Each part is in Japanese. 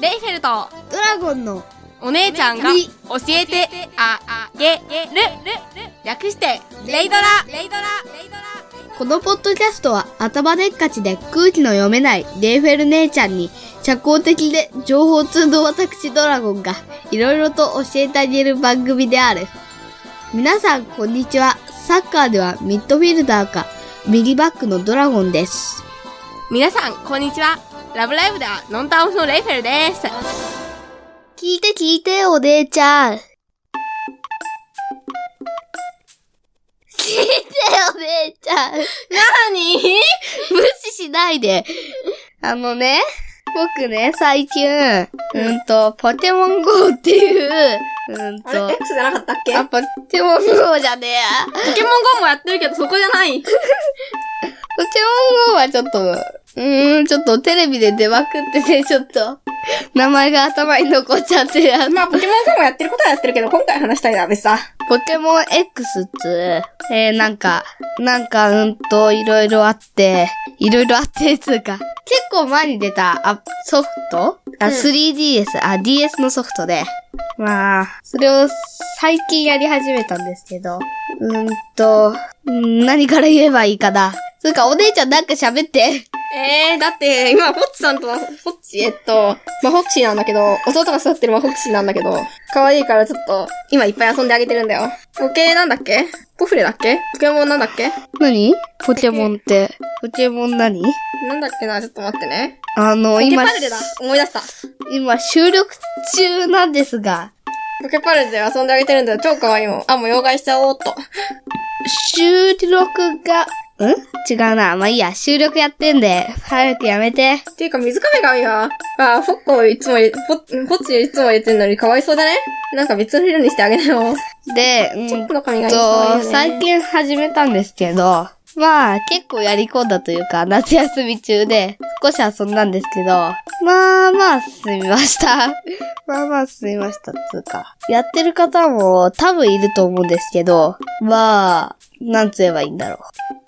レイフェルトドラゴンのお姉ちゃんが教えてあげる。略してレイドラ。 このポッドキャストは頭でっかちで空気の読めないレイフェル姉ちゃんに社交的で情報通の私ドラゴンがいろいろと教えてあげる番組である。皆さんこんにちは。サッカーではミッドフィルダーか右バックのドラゴンです。 皆さんこんにちは。ラブライブではノンタンオフのレイフェルです。 聞いてお姉ちゃん。聞いてお姉ちゃん。 なに？ 無視しないで。僕ね、最近、ポケモン GO っていう、 あれ X じゃなかったっけ？ ポケモン GO じゃねえや。 ポケモン GO もやってるけどそこじゃない。 ポケモン GO はちょっとテレビで出まくってて、ちょっと、名前が頭に残っちゃってや。 まあ、ポケモン GO もやってることはやってるけど、今回話したいのは別さ。 ポケモン X っついろいろあって、つうか、結構前に出た、ソフト3DS、DS のソフトで、まあ、それを最近やり始めたんですけど、何から言えばいいかな。つうか、お姉ちゃんなんか喋って。 だって、今、ホッチさんと、ホッチーなんだけど、弟が育ってるホッチーなんだけど、可愛いからちょっと、今いっぱい遊んであげてるんだよ。なんだっけ？ポフレだっけ？ポケモンなんだっけ？ 何？ポケモンって。ポケモン何？ なんだっけな、ちょっと待ってね。 今、 ポケパルデだ。思い出した。 今、収録中なんですが。 ポケパルデで遊んであげてるんだよ。超可愛いもん。もう妖怪しちゃおうっと。 収録が、違うな。まあいいや、収録やってんで、早くやめて。 っていうか、水亀が今、フォッチいつも入れてんのにかわいそうだね。なんか別の色にしてあげなよ。 で、 チョップの髪がいいよね。 最近始めたんですけど、まあ結構やり込んだというか、夏休み中で少し遊んだんですけど、まあ進みました。つうか。やってる方も多分いると思うんですけど、まあ、なんつ言えばいいんだろう。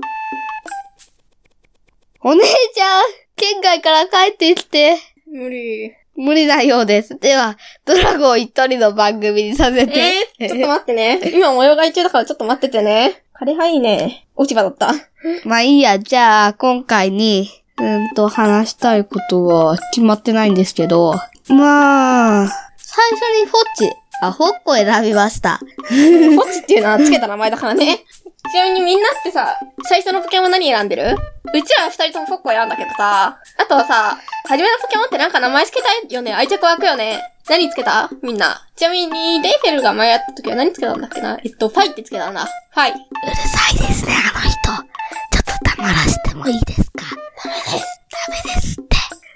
お姉ちゃん、県外から帰ってきて。無理なようです。では、ドラゴン一人の番組にさせて。 ちょっと待ってね。今模様替え中だからちょっと待っててね。枯葉いいね。落ち葉だった。 まあいいや、じゃあ、今回に、話したいことは決まってないんですけど、まあ、最初にホッコを選びました。 ホッチっていうのはつけた名前だからね。ちなみにみんなってさ、最初のポケモン何選んでる？うちは二人ともフォッコ選んだけどさ、あとはさ、初めのポケモンってなんか名前つけたいよね。愛着湧くよね。何つけた？みんな。ちなみに、レイフェルが前やった時は何つけたんだっけな？ファイってつけたんだ。ファイ。 うるさいですね、あの人。ちょっと黙らしてもいいですか？ダメですって。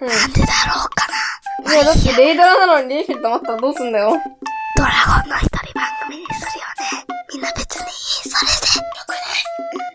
なんでだろうかな。 いや、だってレイドラなのにレイフェルと待ったらどうすんだよ。 ドラゴンの一人番組にするよね。みんな別にいい、それで。よくない。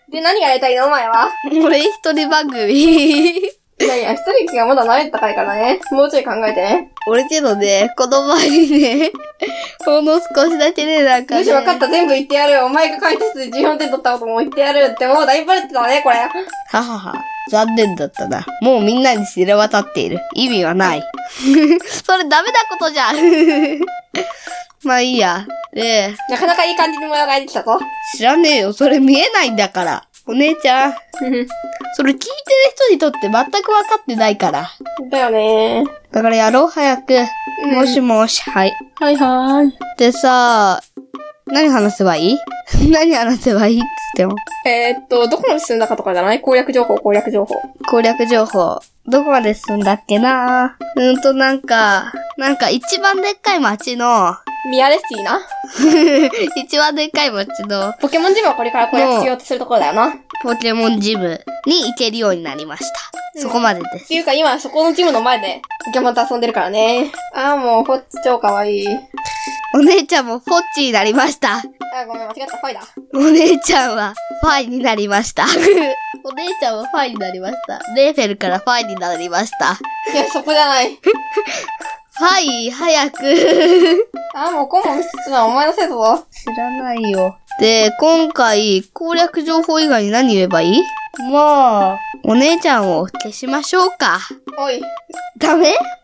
で、何がやりたいのお前は？ 俺一人番組。 いや、一人気がまだ慣れたからね。もうちょい考えてね。 俺けどね、この前にね、ほんの少しだけね、なんかね。 よし、分かった。全部言ってやる。お前が解説で14点取ったことも言ってやるってもうだいぶバレてたね、これ。 ははは。残念だったな。もうみんなに知れ渡っている。意味はない。それダメなことじゃん。まあいいや。で、 なかなかいい感じに模様ができたぞ。 知らねえよ。それ見えないんだから。お姉ちゃん。それ聞いてる人にとって全く分かってないから。 だよね。 だからやろう、早く。もしもし、はい。 はいはーい。 でさ、何話せばいい何話せばいいっつっても。 どこまで進んだかとかじゃない？攻略情報。 攻略情報。どこまで進んだっけな？なんか一番でっかい町の、 ミアレスティな。 一番でっかい町の、 ポケモンジムはこれから攻略しようとするところだよな。 ポケモンジムに行けるようになりました。そこまでです。 っていうか今そこのジムの前でポケモンと遊んでるからね。もうホッチ超可愛い。 お姉ちゃんもフォッチになりました。 ごめん、間違った。ファイだ。 お姉ちゃんはファイになりました。お姉ちゃんはファイになりました。レーフェルからファイになりました。 いや、そこじゃない。 ファイ、早く。 もうコンボ見つつのはお前のせいだぞ。 知らないよ。で、今回、攻略情報以外に何言えばいい？まあ、お姉ちゃんを消しましょうか。 おい。 ダメ？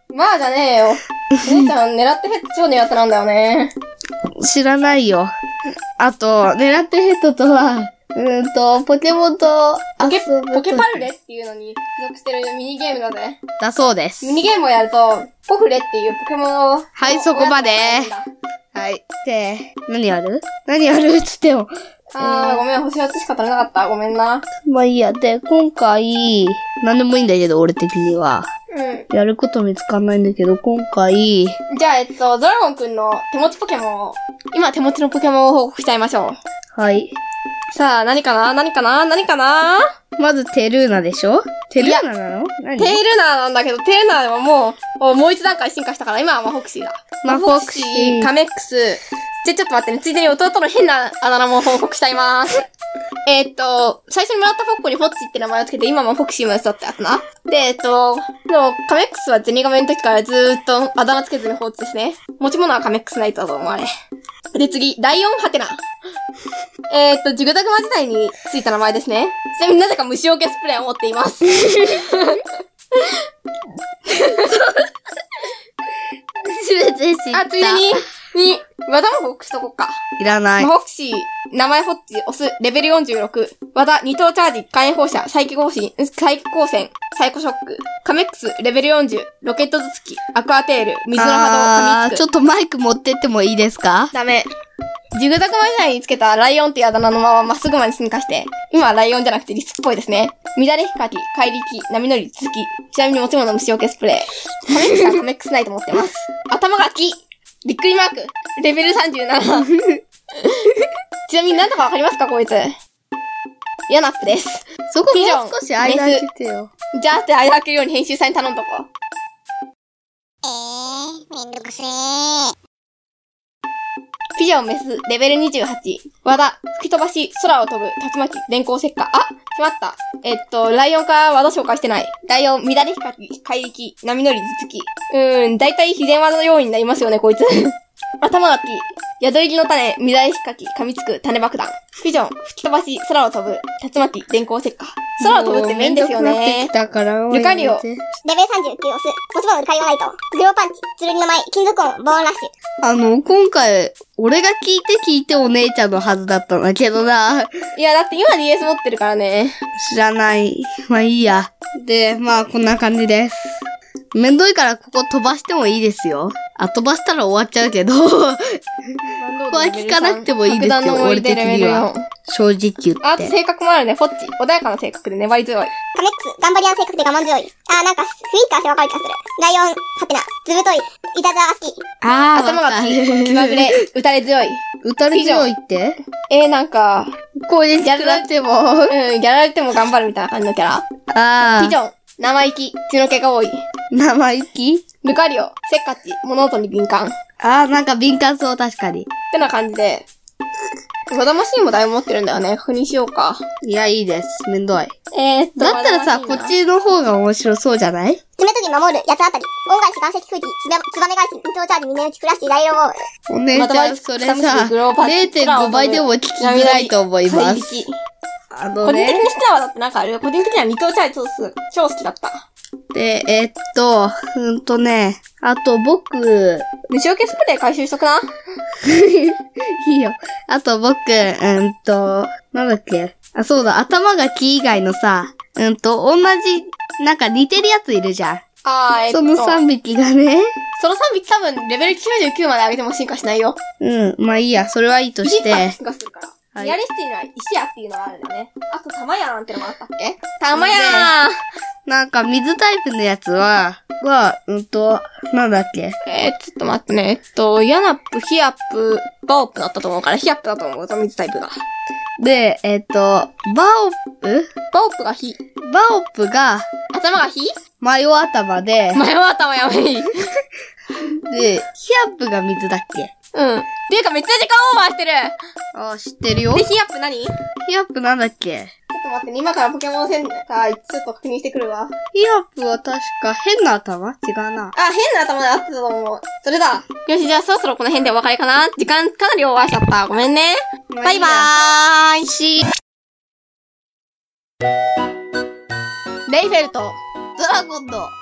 まあじゃねえよ。姉ちゃん狙ってヘッド超苦手なんだよね。 知らないよ。あと、狙ってヘッドとは、ポケモンと遊ぶポケパルレっていうのに付属してるミニゲームだぜ。 だそうです。 ミニゲームをやると、ポフレっていうポケモンを。 はい、そこまで。はい。で、何やるつっても。 ごめん、星4つしか取れなかった。ごめんな。 まあいいや。で、今回、なんでもいいんだけど、俺的には。やること見つかんないんだけど、今回。 じゃあ、ドラゴンくんの手持ちポケモンを、今手持ちのポケモンを報告しちゃいましょう。 はい。 さあ、何かなまず、テルーナでしょ？テルーナなの？ テルーナなんだけど、テルーナはもう一段階進化したから、今はマフォクシーだ。マフォクシー、カメックス。ちょっと待ってね、ついでに弟の変なあだ名も報告しちゃいます。最初にもらったフォッコにフォッチって名前をつけて、今もフォクシーもやつだったやつな。で、でも、カメックスはゼニガメの時からずーっとあだ名つけずに放置ですね。持ち物はカメックスナイトだと思われ。で、次、ライオンハテナ。ジグザグマ時代についた名前ですね。ちなみになぜか虫除けスプレーを持っています。 全て知った。 ついでに、和田も報告しとこっか。 いらない。 マフォクシー、名前ホッチ、オス、レベル46。和田、二等チャージ、火炎放射、サイキ光線、サイコショック。カメックス、レベル40。ロケット頭突き、アクアテール、水の波動、噛みつく。 ちょっとマイク持ってってもいいですか？ ダメ。ジグザグマ時代につけたライオンっていうあだ名のまままっすぐまで進化して、今はライオンじゃなくてリスっぽいですね。乱れ光、怪力、波乗り、続き。ちなみに持ち物虫除けスプレー。カメックスはカメックスナイト持ってます。頭が木。びっくりマーク。レベル37。ちなみに何とかわかりますかこいつ。ヤナップです。 そこもう少し間開けてよ。 じゃあって間開けるように編集さんに頼んどこう。 めんどくせー。 ピジョンメス、レベル28。和田、吹き飛ばし、空を飛ぶ、竜巻、電光石火。あ、しまった。ライオンか和田紹介してない。ライオン、乱れ光、怪力、波乗り、頭突き。だいたい自然技のようになりますよね、こいつ。頭がき、宿入りの種、乱れ光、噛みつく、種爆弾。ピジョン、吹き飛ばし、空を飛ぶ、竜巻、電光石火。空を飛ぶってメインですよね。ルカリオ。 レベル39オス、持ち物ルカリオナイト。グローパンチ、剣の舞、金属音、ボーンラッシュ。 今回、俺が聞いてお姉ちゃんのはずだったんだけどな。 いや、だって今 DS 持ってるからね。 知らない。まあいいや。で、まあこんな感じです。めんどいからここ飛ばしてもいいですよ。飛ばしたら終わっちゃうけど。ここは聞かなくてもいいですよ、俺的には。正直言って。 あと性格もあるね、フォッチ。穏やかな性格で粘り強い。 カメックス、頑張り屋の性格で我慢強い。なんか、雰囲気からしてわかる気がする。ライオン、ハテナ、ずぶとい、いたずらが好き。 頭がき、気まぐれ、打たれ強い。 打たれ強いって？ なんか、 こういうギャラっても。 ギャラれても頑張るみたいな感じのキャラ。ピジョン、生意気、血の気が多い。 生意気？ ルカリオ、せっかち、物音に敏感。 なんか敏感そう、確かに。 ってな感じで。和田マシンもだいぶ持ってるんだよね。確認しようか。 いや、いいです。めんどい。だったらさ、こっちの方が面白そうじゃない？ 爪研ぎ守る、八つあたり。恩返し、岩石空気、ツバメ返し、二等チャージ、峰打ち、クラッシュ、大ロボール。 お姉ちゃん、それさ、0.5 倍でも聞きづらいと思います。 個人的に好きな技ってなんかある？個人的には二等チャージ超好きだった。 で、あと僕、 虫除けスプレー回収しとくな。 いいよ。あと僕、なんだっけ。そうだ、頭が木以外のさ、同じ、なんか似てるやついるじゃん。その3匹がね。 その3匹多分レベル99まで上げても進化しないよ。 まあいいや、それはいいとして。 進化するから。リアリスティには石屋っていうのがあるんだね。あと玉屋なんてのもあったっけ？玉屋なんか水タイプのやつは、なんだっけ？ ちょっと待ってね。ヤナップ、ヒアップ、バオップだったと思うから、ヒアップだと思うぞ、水タイプが。 で、バオップが火。 バオップが、 頭が火？ マヨ頭で、 マヨ頭やばい。 で、ヒアップが水だっけ？ っていうかめっちゃ時間オーバーしてる。 知ってるよ。 で、ヒアップ何？ ヒアップなんだっけ？ ちょっと待ってね、今からポケモンセンターちょっと確認してくるわ。 ヒアップは確か変な頭？違うな。 変な頭で合ってたと思う。それだ。よし、じゃあそろそろこの辺でお別れかな。時間かなりオーバーしちゃった。ごめんね。バイバーイ。レイフェルト、 ドラゴンの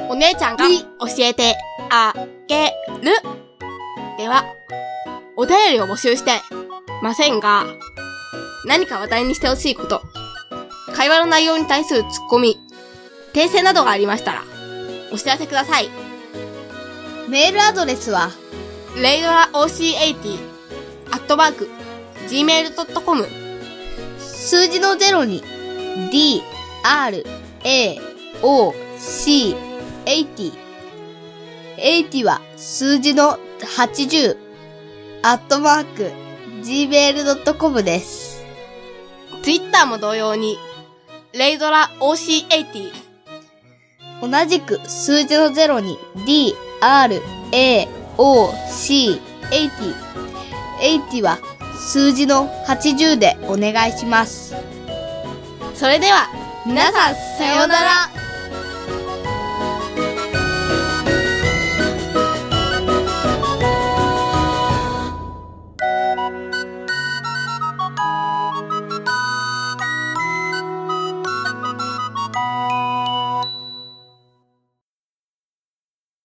お姉ちゃんが教えてあげる。では、お便りを募集してませんが、何か話題にしてほしいこと、会話の内容に対するツッコミ、訂正などがありましたら、お知らせください。 メールアドレスは、 reidoraoc80@gmail.com 数字の0に d, r, a, o, c, 80 80は数字の80 @gmail.com です。 Twitter も同様に、reidoraoc80 同じく数字の0に d, r, a, o, c, 80 80は数字の80でお願いします。 それでは、皆さんさようなら。